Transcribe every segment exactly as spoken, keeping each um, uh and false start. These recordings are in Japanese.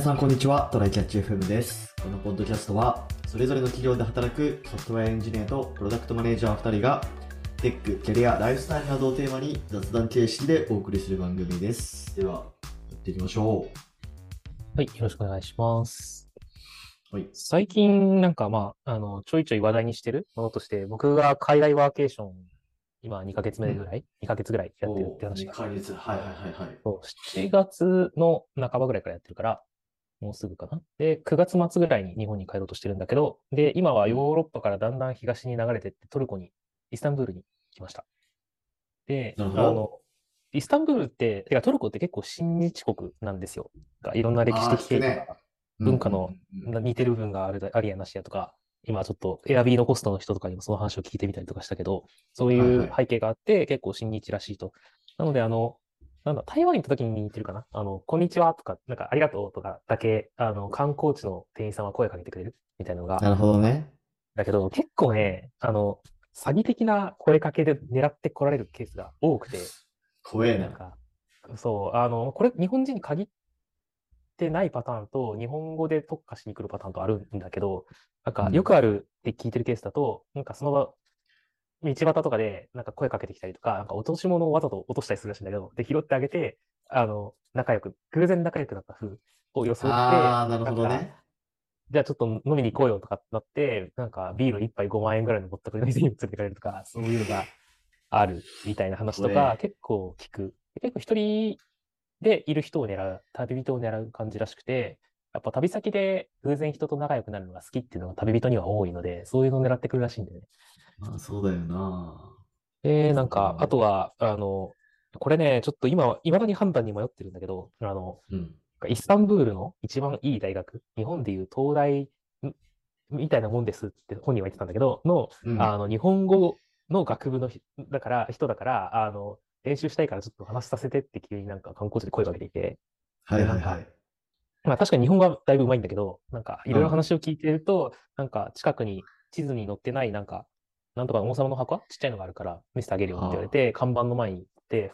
さんこんにちは、トライキャッチ エフエム です。このポッドキャストは、それぞれの企業で働くソフトウェアエンジニアとプロダクトマネージャーふたりが、テック、キャリア、ライフスタイルなどをテーマに雑談形式でお送りする番組です。では、やっていきましょはい、よろしくお願いします。 う。はい。 最近、なんかまあ、あの、ちょいちょい話題にしてるものとして、僕が海外ワーケーション、今にかげつめぐらい、にかげつぐらいやってるっておー、 話が、 にかげつ。はいはいはいはい。 そうしちがつの半ばぐらいからやってるから、もうすぐかな。で、くがつ末ぐらいに日本に帰ろうとしてるんだけど、で、今はヨーロッパからだんだん東に流れてってトルコに、イスタンブールに来ました。で、 なるほど。 あの、イスタンブールって、てかトルコって結構親日国なんですよ。がいろんな歴史あー、 的聞くね。 経緯とか、 うんうん文化のうんうん。 似てる部分があるありやなしやとか、今ちょっとエアビーのホストの人とかにもその話を聞いてみたりとかしたけど、そうはいはい。 いう背景があって結構親日らしいと。なので、あの、なんだ、台湾行った時に似てるかな。あの、こんにちはとか、なんかありがとうとかだけ、あの、観光地の店員さんは声かけてくれるみたいなのが、 なるほどね。 だけど結構ね、あの、詐欺的な声かけで狙って来られるケースが多くて、 怖えな。 なんか、そう、あの、これ日本人に限ってないパターンと、日本語で特化しに来るパターンとあるんだけど、なんかようん。 くあるって聞いてるケースだと、なんかその場、道端とかでなんか声かけてきたりとか、なんか落とし物をわざと落としたりするらしいんだけど、で、拾ってあげて、あの、仲良く、偶然仲良くなった風を装って、 あー、なるなんか、 ほどね。 じゃあちょっと飲みに行こうよとかってなって、なんかビール一杯ごまん円ぐらいのぼったくりの店に連れてかれるとか、そういうのがあるみたいな話とか、 怖え。 結構聞く。結構一人でいる人を狙う、旅人を狙う感じらしくて、やっぱ旅先で偶然人と仲良くなるのが好きっていうのが旅人には多いので、そういうのを狙ってくるらしいんだよね。 まあそうだよな。 で、なんか、あそうだよね。 とは、あの、これね、ちょっと今は、未だに判断に迷ってるんだけど、あの、 うん。 イスタンブールの一番いい大学、日本でいう東大みたいなもんですって本人は言ってたんだけど、の、 うん。 あの、日本語の学部のひだから、人だから、あの、練習したいからちょっと話させてって急になんか観光地で声かけていて、 はいで、なんか、 はいはい。 まあ確かに日本語はだいぶ上手いんだけど、なんかいろいろうん。 話を聞いてると、なんか近くに地図に載ってない、なんか、なんとか王様の墓ちっちゃいのがあるから見せてあげるよって言われはて、看板の前に行って、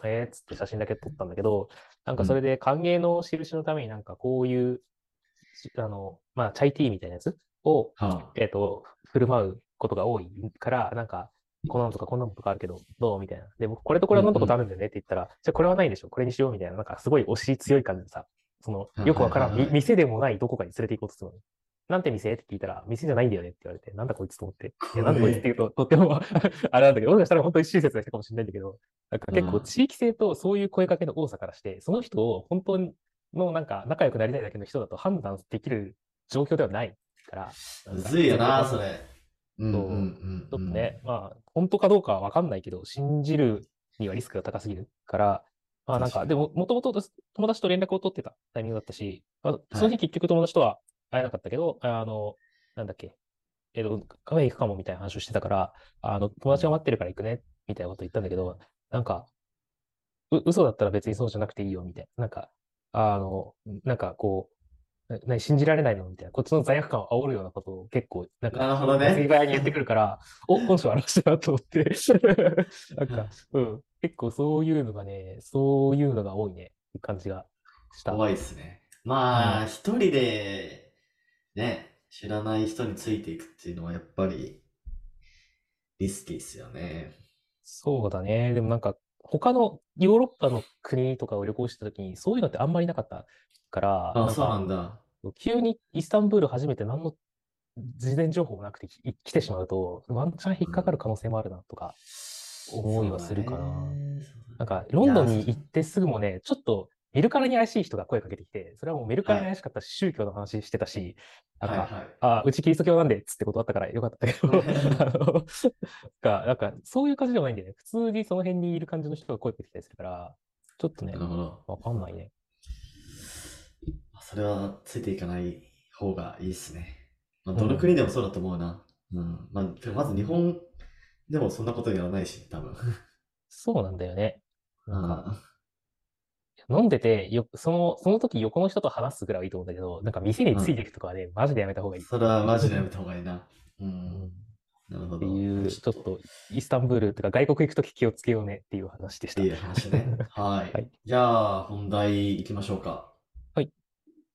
へーっつって写真だけ撮ったんだけど、なんあ。うん。 かそれで歓迎の印のためになんかこういう、しあの、まあチャイティーみたいなやつを、 はえっと、振る舞うことが多いから、なんか、こんなのとかこんなのとかあるけど、どうみたいな。で、僕、これとこれは飲んだことあうんうん。 るんだよねって言ったら、じゃあこれはないでしょこれにしようみたいな。なんかすごい推し強い感じでさ、その、 はいはいよくわからん、みはいはい。 店でもないどこかに連れて行こうとするのに。なんて店って聞いたら、店じゃないんだよねって言われて、なんだこいつと思って。いや、なんでこいつって怖え。 言うと、とってもあれなんだけど、もしかしたら本当に親切な人かもしれないんだけど、なんかうん。 結構地域性とそういう声かけの多さからして、その人を本当のなんか仲良くなりたいだけの人だと判断できる状況ではないから、なんむかずいよな、 連れてこられそれ。うんうんうんそう、ちょうん。 っとね、まあ、本当かどうかはわかんないけど、信じるにはリスクが高すぎるから、まあなんか、 確かに。 でも、もともと友達と連絡を取ってたタイミングだったし、まあ、その日はい。 結局友達とは会えなかったけど、あの、なんだっけ、えっと、カフェ行くかもみたいな話をしてたから、あの、友達がうん。 待ってるから行くね、みたいなこと言ったんだけど、なんか、う、嘘だったら別にそうじゃなくていいよ、みたいな。なんか、あの、なんかこう、な、な信じられないのみたいな。こっちの罪悪感を煽るようなことを結構、なんか、 なるほど矢継ぎね。 早に言ってくるから、お、本性表したなと思ってなんか、うん。結構そういうのがね、そういうのが多いね、っていう感じがした。 怖いっすね。まあ、 うん。 一人で、ね、知らない人についていくっていうのはやっぱりリスキーっすよね。 そうだね。でもなんか、他のヨーロッパの国とかを旅行した時に、そういうのってあんまりなかったから、 あ、そうななんか、 んだ。 急にイスタンブール初めて何の事前情報もなくてき来てしまうと、ワンチャン引っかかるうん。 可能性もあるなとか思いそうだはするかな。 ね。そうだね。 なんか、 いやー、 ロンドンにそ行ってすぐもね、ちょっとメルカリに怪しい人が声かけてきて、それはもうメルカリに怪はい。 しかったし、宗教の話してたし、なんか、 はいはい。 あ、うちキリスト教なんで、つってことあったからよかったけど、あの、か、なんか、そういう感じでもないんだよね。普通にその辺にいる感じの人が声かけてきたりするから、ちょっとね、 なるほど。 わかんないね。 それはついていかない方がいいっすね。まあ、どのうん。 国でもそうだと思うな。うん。まあ、まず日本でもそんなことやらないし、多分。 そうなんだよね。なんか、 うん。 飲んでて、よ、その、その時横の人と話すぐらいはいいと思うんだけど、なんか店についていうん。 くとかはね、マジでやめた方がいい。 それはマジでやめた方がいいな。ううん、 ん。 っなるほてど。 いう、 ちょっと、 ちょっと、イスタンブールとか外国行くとき気をつけようねっていう話でした。 いい話ね。はい。 はい。 じゃあ、本題行きましょうか。 はい。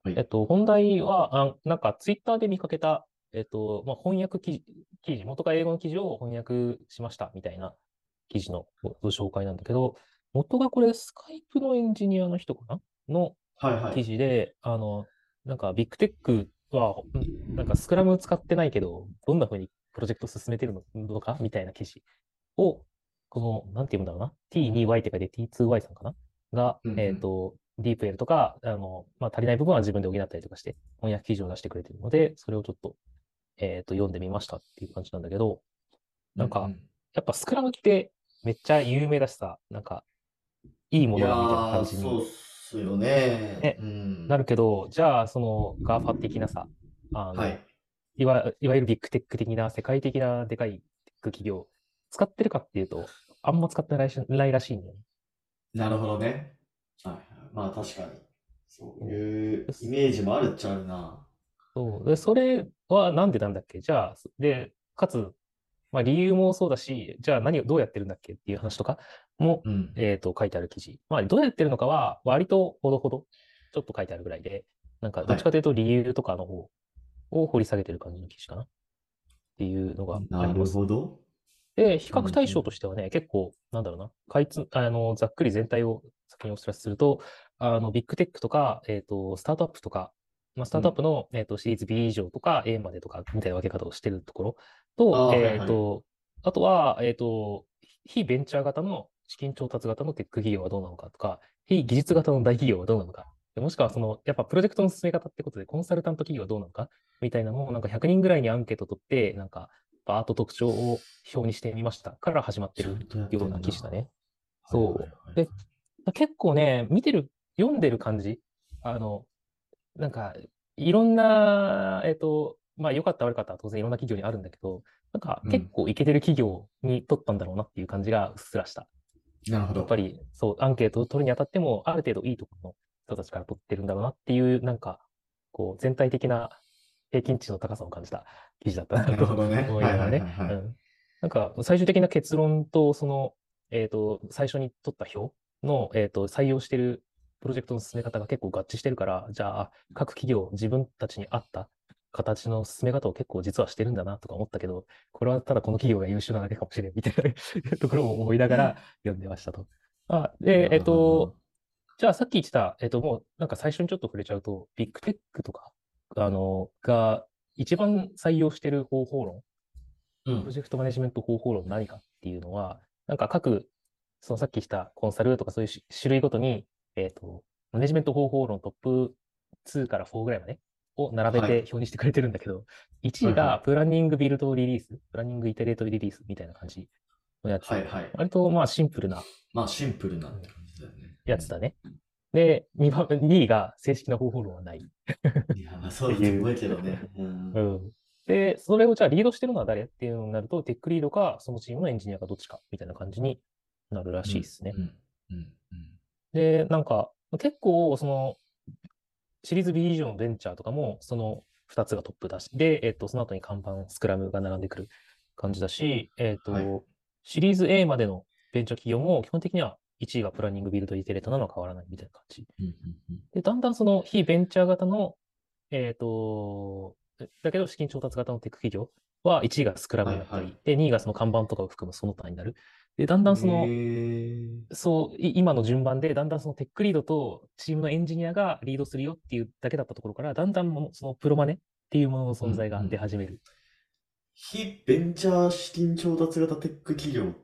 はい。 えっと、本題は、あ、なんかツイッターで見かけた、えっと、まあ、翻訳記事、記事、元が英語の記事を翻訳しましたみたいな記事のごご紹介なんだけど、元がこれスカイプのエンジニアの人かなの記はいはい。 事で、あの、なんかビッグテックは、んなんかスクラム使ってないけど、どんな風にプロジェクト進めてるのかみたいな記事を、この、なんて言うんだろうな。ティーツーワイ って書いて ティーツーワイ さんかなが、 うんうん。 えっと、ディープエルとか、あの、まあ、足りない部分は自分で補ったりとかして、翻訳記事を出してくれてるので、それをちょっと、えっと、読んでみましたっていう感じなんだけど、なんか、 うんうん。 やっぱスクラムってめっちゃ有名だしさ、なんか、いいもいやのだみたいな感ー、 じに、 そうっすよね。 ね、 うなるん。 けど、じゃあ、その ガーファ 的なさ、あの、 はい。 いわ、いわゆるビッグテック的な世界的なでかいテック企業、使ってるかっていうと、あんま使ってないらしないらしいんだよね。 なるほどね。はいはい。まあ確かに。そうそういうイですメージもあるっちゃあるな。 そうで、それはなんでなんだっけじゃあ、で、かつ、まあ理由もそうだし、じゃあ何をどうやってるんだっけっていう話とかも、 うん。 えっと、書いてある記事。まあどうやってるのかは割とほどほどちょっと書いてあるぐらいで、なんかどはい。 っちかというと理由とかの方を掘り下げてる感じの記事かなっていうのがあなるります。 ほど。 で、比較対うんうん。 象としてはね、結構、なんだろうな、かいつ、あの、ざっくり全体を先にお知らせすると、あの、ビッグテックとか、えっと、スタートアップとか、まあ、スタートアッうん。 プの、えっと、シリーズ B 以上とか A までとか、みたいな分け方をしてるところと、 ああ、はいはい。 えっと、あとは、えっと、非ベンチャー型の資金調達型のテック企業はどうなのかとか、非技術型の大企業はどうなのか、もしくはその、やっぱプロジェクトの進め方ってことで、コンサルタント企業はどうなのか、みたいなのを、なんかひゃくにんぐらいにアンケート取って、なんか、バーっと特徴を表にしてみましたから始まってるちゃんとやってようなんだ。は記事だね。 いはいそう。 はい。 で、結構ね、見てる、読んでる感じ、あの、なんか、いろんな、えっと、まあ、良かった悪かったは当然いろんな企業にあるんだけど、なんかうん。 結構イケてる企業に取ったんだろうなっていう感じがうっすらした。 なるほど。 やっぱり、そう、アンケートを取るにあたっても、ある程度いいところの人たちから取ってるんだろうなっていう、なんか、こう、全体的な平均値の高さを感じた記事だったななるほとどね。はいはい思いながらね。 はいはい。 うん。なんか、最終的な結論と、その、えっと、最初に取った表の、えっと、採用してるプロジェクトの進め方が結構合致してるから、じゃあ、各企業、自分たちに合った形の進め方を結構実はしてるんだなとか思ったけど、これはただこの企業が優秀なだけかもしれんみたいなところも思いながら読んでましたと。あ、で、えっなるほと、 ど。 じゃあさっき言ってた、えっと、もうなんか最初にちょっと触れちゃうと、ビッグテックとか、あの、が一番採用してる方法論、 うん。 プロジェクトマネジメント方法論何かっていうのは、なんか各、そのさっきしたコンサルとかそういうし種類ごとに、えっと、マネジメント方法論トップツーからフォーぐらいまでを並べはい。 て表にしてくれてるんだけど、いちいがはいはい。 プランニングビルドリリース、プランニングイテレートリリースみたいな感じのやつ。 はいはい。 割とまあシンプルなまあシンプルなって感じだよね。うん。 やつだね。で、にばん、にいが正式な方法論はないっいや、まあそうだとていう。 思うけどね。うん。 うん。で、それをじゃあリードしてるのは誰っていうのになると、テックリードか、そのチームのエンジニアかどっちかみたいな感じになるらうん。 しいですね。 うん。うん。うん。 で、なんか、結構、その、シリーズ B 以上のベンチャーとかも、そのふたつがトップだし、で、えっと、その後に看板、スクラムが並んでくる感じだし、えっはい。 と、シリーズ A までのベンチャー企業も、基本的にはいちいがプランニングビルドイテレートなのは変わらないみたいな感じ。 うん。うん。 で、だんだんその非ベンチャー型のえっと、だけど資金調達型のテック企業はいちいがスクラムはいはになったり、で、にいがその看板とかを含むその他になる。で、だんだんい。 その、 ええ。 そう、い今の順番で、だんだんそのテックリードとチームのエンジニアがリードするよっていうだけだったところから、だんだんもうそのプロマネっていうもののうん。 存在が出うん。 始める。 非ベンチャー資金調達型テック企業って、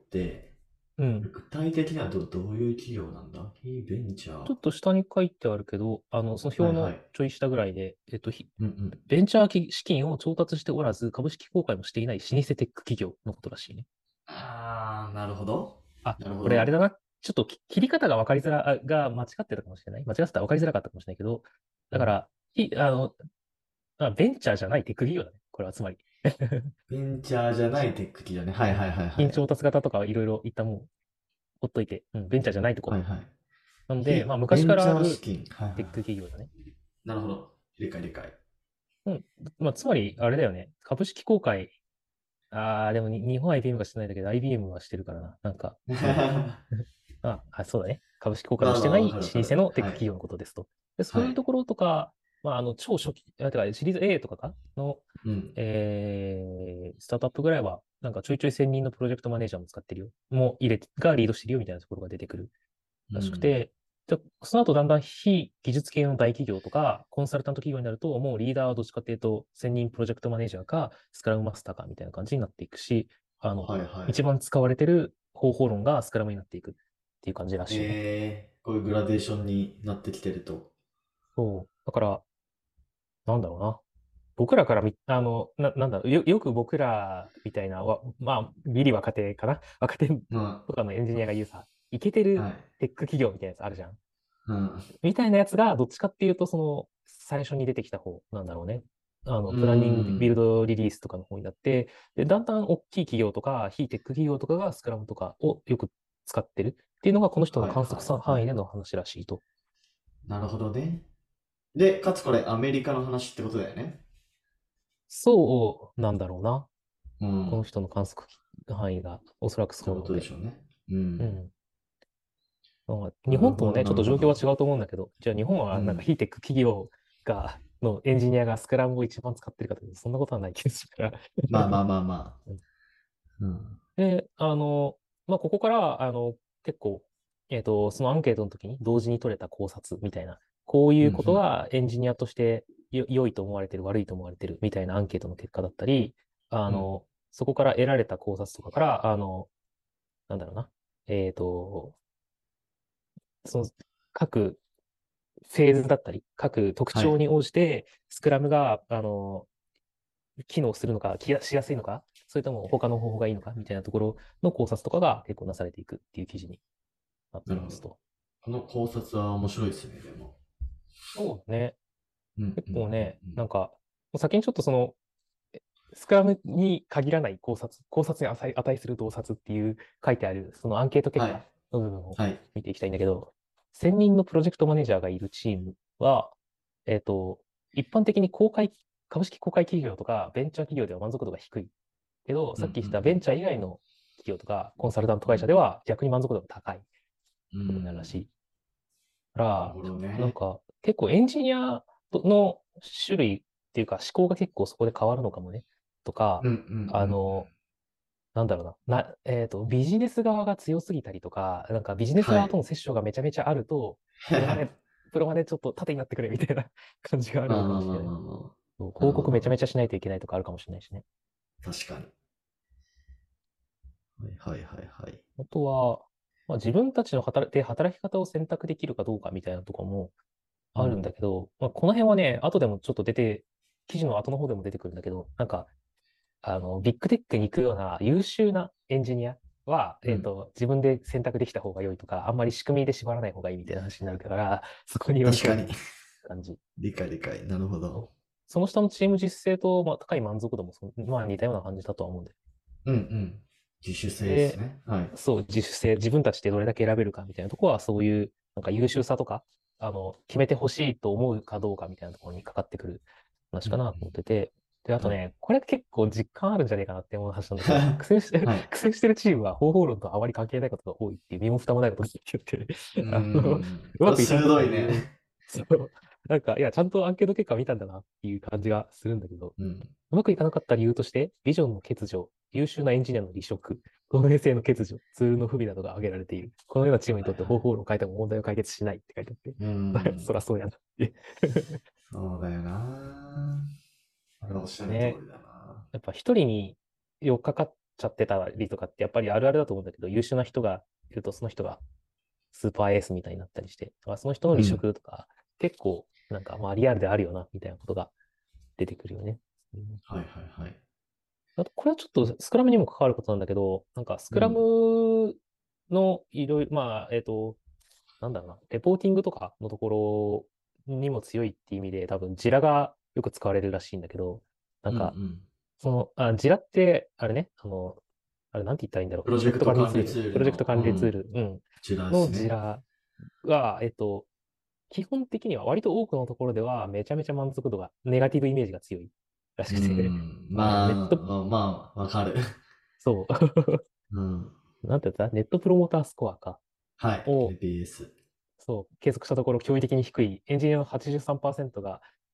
うん。 具体的にはど、どういう企業なんだ？非ベンチャー。 ちょっと下に書いてあるけど、あの、その表のはいはい。 ちょい下ぐらいで、えっと、ひうんうん。 ベンチャー資金を調達しておらず、株式公開もしていない老舗テック企業のことらしいね。 あー、なるほど。 あ、 なるほど。 これあれだな。ちょっとき切り方が分かりづら、あが間違ってたかもしれない。間違ってたら分かりづらかったかもしれないけど、 うん。 だから、いあの、あベンチャーじゃないテク企業だね。これはつまり。 ベンチャーじゃないテック企業ね。はいはいはいはい。 緊調達型とかいろいろ言ったもん、ほっといて、うん、ベンチャーじゃないところ。 はいはい。 なので、まあ非ベ昔かンチャー資らある金。はいはいはテック企業だね。 い。なるほど。理解理解。 うん。まあつまり、あれだよね。株式公開、ああ、でもに日本は アイビーエム がしてないんだけど、アイビーエム はしてるからな。なんか、うん。あ、あ、そうだね。株式公開をしてまあまあ、わないかるわかる。 老舗のテックはい。 企業のことですと。で、そはい。 ういうところとかまあ、あの、超初期、あ、てか、シリーズ A とかかの、 うん。 えー、スタートアップぐらいは、なんかちょいちょい専任のプロジェクトマネージャーも使ってるよ。もう入れて、がリードしてるよみたいなところが出てくるうん。 らしくて、じゃその後だんだん非技術系の大企業とか、コンサルタント企業になると、もうリーダーはどっちかっていうと、専任プロジェクトマネージャーか、スクラムマスターかみたいな感じになっていくし、あの、 はいはい。 一番使われてる方法論がスクラムになっていくっていう感じらしいね。 えー、こういうグラデーションになってきてると。 そう。だから、なんだろうな。僕らから見、あの、な、なんだろう、よ、よく僕らみたいな、わ、まあ、ギリ若手かな若手まとかのエンジニアが言うさ、イケてあ、はるい。 テック企業みたいなやつあるじゃん。 うん。 みたいなやつが、どっちかっていうと、その、最初に出てきた方なんだろうね。あの、 うープランニング、ビルん。 ドリリースとかの方になって、で、だんだん大きい企業とか、非テック企業とかがスクラムとかをよく使ってるっていうのが、この人のはい観測はいはい。 範囲での話らしいと。 なるほどね。で、かつこれアメリカの話ってことだよね。 そうなんだろうな。 うん。 この人の観測範囲がおそらくってこそうなので。 とでしょうね。うん。 うん。まあ日なるほど、 本ともね、ちょっとなるほど。 状況は違うと思うんだけど、じゃあ日本はなんかうん。 非テック企業が、のエンジニアがスクラムを一番使ってるかというと、そんなことはない気がするから。 まあまあまあまあ。うん。 で、あの、まあ、ここから、あの、結構、えっと、そのアンケートの時に同時に取れた考察みたいな、こういうことうんうん。 がエンジニアとしてよ良いと思われてる、悪いと思われてるみたいなアンケートの結果だったり、あうん。 の、そこから得られた考察とかから、あの、なんだろうな、えっと、その各フェーズだったり、各特はい。 徴に応じて、スクラムが、あの、機能するのか、きやしやすいのか、それとも他の方法がいいのか、みたいなところの考察とかが結構なされていくっていう記事になっなるほど。 ていますと。 この考察は面白いですね、でも。 そうね。 うんうん結構ね、 うんなんか、もう先にちょっとその、スクラムに限らない考察、考察に値値する洞察っていう書いてある、そのアンケートうん。 結果はい。 の部分をはい。 見ていきたいんだけど、専任のプロジェクトマネージャーがいるチームは、えっと、一般的に公開、株式公開企業とかベンチャー企業では満足度が低い。けど、 うんうさっき言ったベンんチャー以外の企業とかコンサルタントうん。うん。 会社では逆に満足度が高いうことになるらしん。 い。だかなるほどら、なんね。 か結構エンジニアの種類っていうか思考が結構そこで変わるのかもね。とか、 うんうんうんあの、なんだろうな、な、えっと、ビジネス側が強すぎたりとか、なんかビジネスはい。 側との接触がめちゃめちゃあると、プロマネ、プロマネちょっと縦になってくれみたいな感じがあるまあのかもしれない。 まあまあまあまそうあ。なる広告めちゃめほど。 ちゃしないといけないとかあるかもしれないしね。 確かに。はいはいはいはい。 あとは、まあ、自分たちの働で働き方を選択できるかどうかみたいなところもあるんうん。 だけど、まあ、この辺はね、後でもちょっと出て、記事の後の方でも出てくるんだけど、なんか、あの、ビッグテックに行くような優秀なエンジニアは、 うん。 えっと、自分で選択できた方が良いとか、あんまり仕組みで縛らない方がいいみたいな話になるから、そこに寄り確かに。 添う感じ。 理解理解。なるほど。 その下のチーム実践と、まあ、高い満足度もそ、まあ、似たような感じだとは思うんで。 うんうん。自主性ですで、 ね。はい。 そう、自主性、自分たちでどれだけ選べるかみたいなところは、そういう、なんか優秀さとか、あの、決めてほしいと思うかどうかみたいなところにかかってくる話うんうかなと思ってて、で、あん。はい。 とね、これ結構実感あるんじゃないかなって思う話なんだけど、苦戦してる、 はい。 苦戦してるチームは方法論とあまり関係ないことが多いっていう身も蓋もないことを言ってて、 うーあの、うん。これまくいかなかった鋭いね。 理由、そう、なんか、いや、ちゃんとアンケート結果見たんだなっていう感じがするんだけど、 うん。 うまくいかなかった理由として、ビジョンの欠如、優秀なエンジニアの離職、透明性の欠如、ツールの不備などが挙げられている。このようなチームにとって方はいは法論を変えても問題を解決しないって書いてあい。うーって、そん。 らそうやなって。 そうだよな。あれはおっしゃる通ね。 りだな。 やっぱ一人に寄っかかっちゃってたりとかってやっぱりあるあるだと思うんだけど、優秀な人がいるとその人がスーパーエースみたいになったりして、だからその人の離うん。 職とか結構なんかまあリアルであるよなみたいなことが出てくるよね。うん、 はいはいはい。 あと、これはちょっとスクラムにも関わることなんだけど、なんかスクラうん。 ムのいろいろ、まあ、えっと、なんだろうな、レポーティングとかのところにも強いっていう意味で、多分、ジラがよく使われるらしいんだけど、なんうんうか、 ん。 その、あ、ジラって、あれね、あの、あれなんて言ったらいいんだろう、 プロジェクプロジェクトト管理ツ管理ツール、プロジェクトールの、うん。 管理ツール、うん、 こちらですのジね。 ラが、えっと、基本的には割と多くのところではめちゃめちゃ満足度が、ネガティブイメージが強いらしうくて、 ん。 あの、ネット、 まあ、まあ、わかる。 そう、 うん。 なんて言ったネットプロモータースコアか。 はい。 を、 エヌピーエス。 そう、計測したところ驚異的に低い。エンジニアのはちじゅうさんパーセントが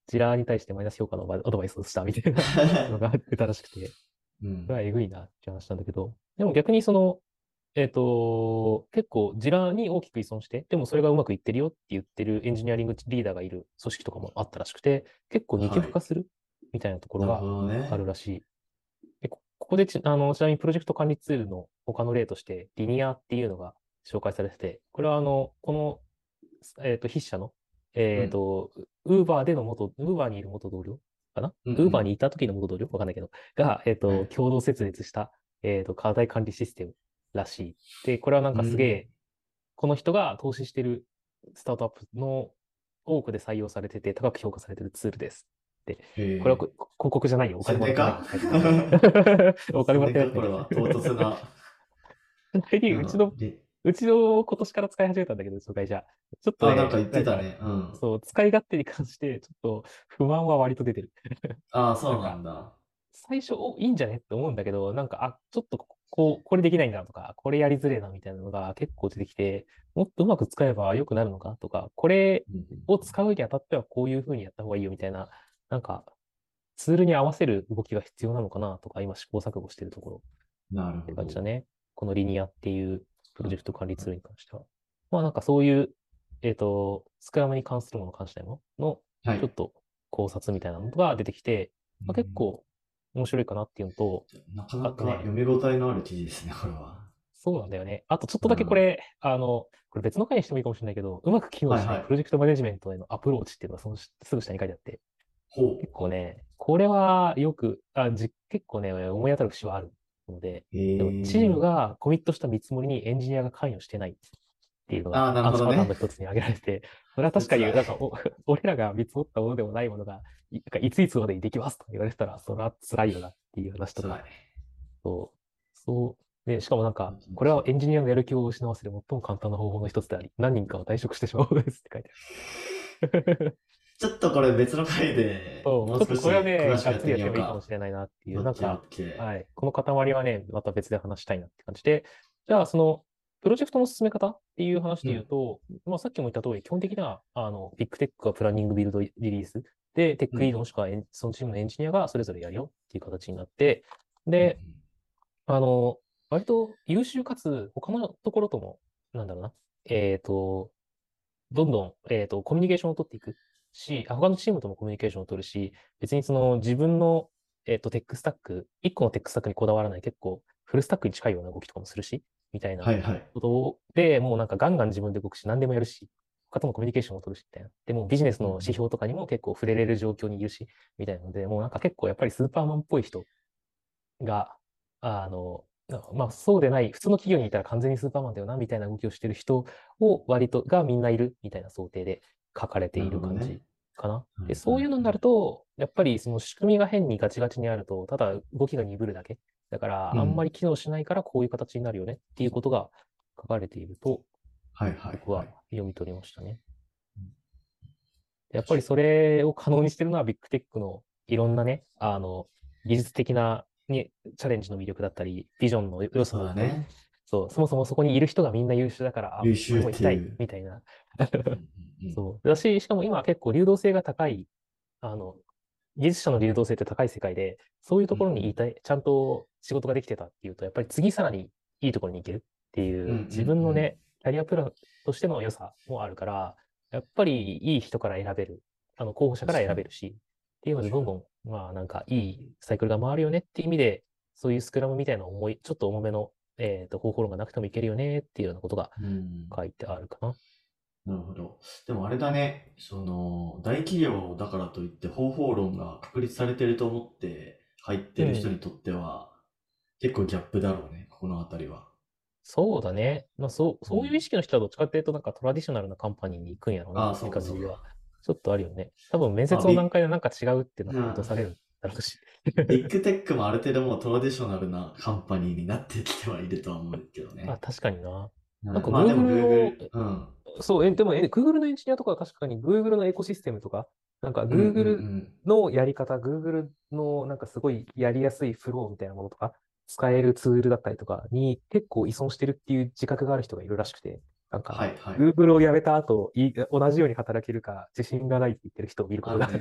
ジラーに対してマイナス評価のアドバイスをしたみたいなのが出たらしくて、 うんそれはえぐいなって話なんだけど、でも逆にその、えっと、結構ジラに大きく依存して、でもそれがうまくいってるよって言ってるエンジニアリングリーダーがいる組織とかもあったらしくて、結構二極はい。 化するみたいなところなるほがどね。 あるらしい。で、こここでち、あの、ちなみにプロジェクト管理ツールの他の例として、リニアっていうのが紹介されてて、これはあの、この、えっと、筆者の、 うん。 えっと、ウーバーでの元、ウーバーにいる元同僚かなうんうん。 ウーバーにいた時の元同僚わかんないけど、が、えっと、 はい。 共同設立した、えっと、課題管理システムらしい。で、これはなんうん。 かすげえ、この人が投資してるスタートアップの多くで採用されてて、高く評価されてるツールです。で、これはこえ広告じゃないよ。お金もらってないよっ宣伝かて書いてあるんだけど。お金もらっ宣伝てないって書いてかこれは。唐突ある。 な。 ちなみになんだろう。 うちの、 で、 うちの今年から使い始めたんだけど、うちの会社。ちょっとあ、なんかね、なんか、 言ってたね。うん。 そう、使い勝手に関して、ちょっと不満は割と出てる。 ああ、そうななんか、 んだ。 最初、おいいんじゃねって思うんだけど、なんか、あ、ちょっとここう、これできないんだとか、これやりづれえなみたいなのが結構出てきて、もっとうまく使えば良くなるのかとか、これうんを使うにあたってはこういう風にやった方がいいよみたいな、なんか、ツールに合わせる動きが必要なのかなとか、今試行錯誤してるところってなるほど。 感じだね。このリニアっていうプロはいジェクト管理ツールに関しては。まあなんかそういう、えっと、スクラムに関するものに関してもの、 はい。 ちょっと考察みたいなのが出てきて、まあ、結うん構面白いかなっていうのと、 なかなあとね、 か読み応えのある記事ですね、これは。 そうなんだよね。あとちょっとだけこうん。 れ、あの、これ別の回にしてもいいかもしれないけど、うまく機能しないプロはいはい。 ジェクトマネジメントへのアプローチっていうのがそのすぐ下に書いてあって、 ほ結構ね、これはよく、あ、じ、結構ね、思い当たる節はあるので、 う。 でもチームええがコミットした見積もりにエンジニアが関与してないっていうのがああ、なるアンチパターンほどね。 の一つに挙げられて、それは確かに辛い。 なんかお俺らが見積もったものでもないものが、いなんかいついつまでにできますとか言われてたら、それは辛いよなっていう話とか、 辛い。 そう、そう、で、しかもなんか、 本当に辛い。 これはエンジニアのやる気を失わせる最も簡単な方法の一つであり、何人かを退職してしまうのですって書いてある。 ちょっとこれ別の回でそう、ちょっともう少しこれはね、 詳しくやってがっつりやってもいいかもみようか。 しれないなっていう、 オッケーオッなんか、 ケー。 はい、この塊はね、また別で話したいなって感じで、じゃあ、その、プロジェクトの進め方っていう話で言ううん。 と、まあ、さっきも言った通り、基本的には、あの、ビッグテックがプランニング、ビルド、リリースで、テックリーうん。 ドもしくはエンそのチームのエンジニアがそれぞれやるよっていう形になって、 うん。 で、あの、割と優秀かつ、他のところとも、なんだろうな、えっと、どんどん、えっと、コミュニケーションを取っていくし、あ他のチームともコミュニケーションを取るし、別にその自分の、えっと、テックスタック、一個のテックスタックにこだわらない結構フルスタックに近いような動きとかもするし、みたいなはいはい。 ことで、もうなんかガンガン自分で動くし、何でもやるし、他ともコミュニケーションを取るし、みたいな。でもビジネスの指うん。 標とかにも結構触れれる状況にいるし、みたいなので、もうなんか結構やっぱりスーパーマンっぽい人が、あの、まあそうでない、普通の企業にいたら完全にスーパーマンだよな、みたいな動きをしてる人を割と、がみんないるみたいな想定で書かれてないるほどね。 る感じかな。で、 はいはいはい。 そういうのになると、やっぱりその仕組みが変にガチガチにあると、ただ動きが鈍るだけ。だから、あんまうん。 り機能しないからこういう形になるよねっていうことが書かれていると、 はいはい僕ははい。 読み取りましたね。 うんやっぱりそれを可能にしてるのはビッグテックのいろんなね、あの、技術的な、にチャレンジの魅力だったり、ビジョンの良さそうだったり、 だね。 そう、そもそもそこにいる人がみんな優秀だから、あ、 優秀っ俺も行きたい、 ていう。 みたいな。 うんうんうん。 そう。だし、しかも今は結構流動性が高い、あの、技術者の流動性って高い世界で、そういうところにいうんたい、ちゃんと仕事ができてたっていうと、やっぱり次さらにいいところに行けるってうん。うんいう、自うんうん。 分のね、キャリアプランとしての良さもあるから、やっぱりいい人から選べる、あの、候補者から確かに。 選べるし、っていうので、 確かどんどん、まあ、なんかいいサイクルが回るよねっていう意味で、そういうスクラムみたいな重い、ちょっと重めの、えっと、方法論がなくてもいけるよねっていうようなことがに。うん。 書いてあるかな。 なるほど。でもあれだね、その、大企業だからといって方法論が確立されてると思って入ってる人うん。 にとっては、結構ギャップだろうね、ここのあたりは。 そうだね。まあ、そう、そういう意うん。 識の人はどっちかっていうと、なんかトラディショナルなカンパニーに行くんやろうなっああ、そうかて感じは、 そうか。 ちょっとあるよね。多分面まあ、 接の段ビ階でなんか違うってなって落とうん、 されるだろうし。 ビッグテックもある程度もうトラディショナルなカンパニーになってきてはいるとは思うけどあ、 ね。 確かにな。なんかうん、まあでも Google の、 Google、うん。 そう、え、でも、え、Google のエンジニアとかは確かに Google のエコシステムとか、なんかうんうんう Google ん。 のやり方、Google のなんかすごいやりやすいフローみたいなものとか、使えるツールだったりとかに結構依存してるっていう自覚がある人がいるらしくて、なんかはいはい。 Google を辞めた後、い同じように働けるか自信がないって言ってる人を見るこあるね。 とがある。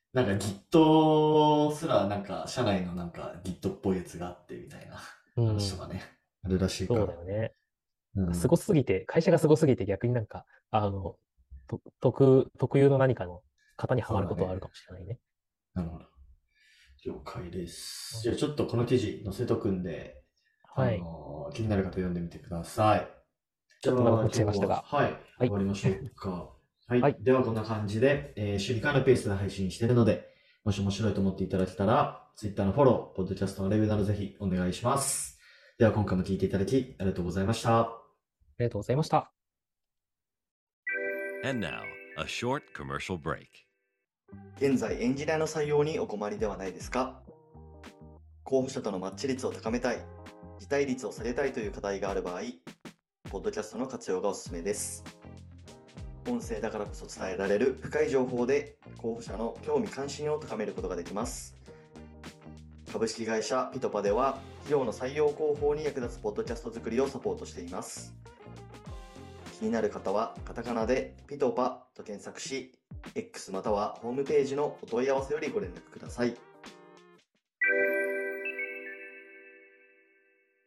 なんか Git すらなんか社内のなんか Git っぽいやつがあってみたいなうん。 話とかね、あるらしいかそうら。 だよね。すうん。 ごすぎて、会社がすごすぎて逆になんか、あの、と特、特有の何かの型にはまるそうだね。 ことはあるかもしれないね。 なるほど。了解です。じゃあちょっとこの記事載せとくんで、あはい。 のー気になる方読んでみてください。じゃあちょっと長くなっ今日は、 ちゃいましたが。 はい、 はい。 終わりましょうか。はい。 はい。 ではこんな感じで、えー週にかいのペースで配信しているので、もし面白いと思っていただけたら、Twitter のフォロー、ポッドキャストのレビューなどぜひお願いします。では今回も聞いていただきありがとうございました。 ありがとうございました。 And now, a short commercial break. 現在エンジニアの採用にお困りではないですか？候補者とのマッチ率を高めたい、辞退率を下げたいという課題がある場合、ポッドキャストの活用がおすすめです。音声だからこそ伝えられる深い情報で候補者の興味関心を高めることができます。株式会社ピトパでは企業の採用広報に役立つポッドキャスト作りをサポートしています。気になる方はカタカナでピトパと検索し、X またはホームページのお問い合わせよりご連絡ください。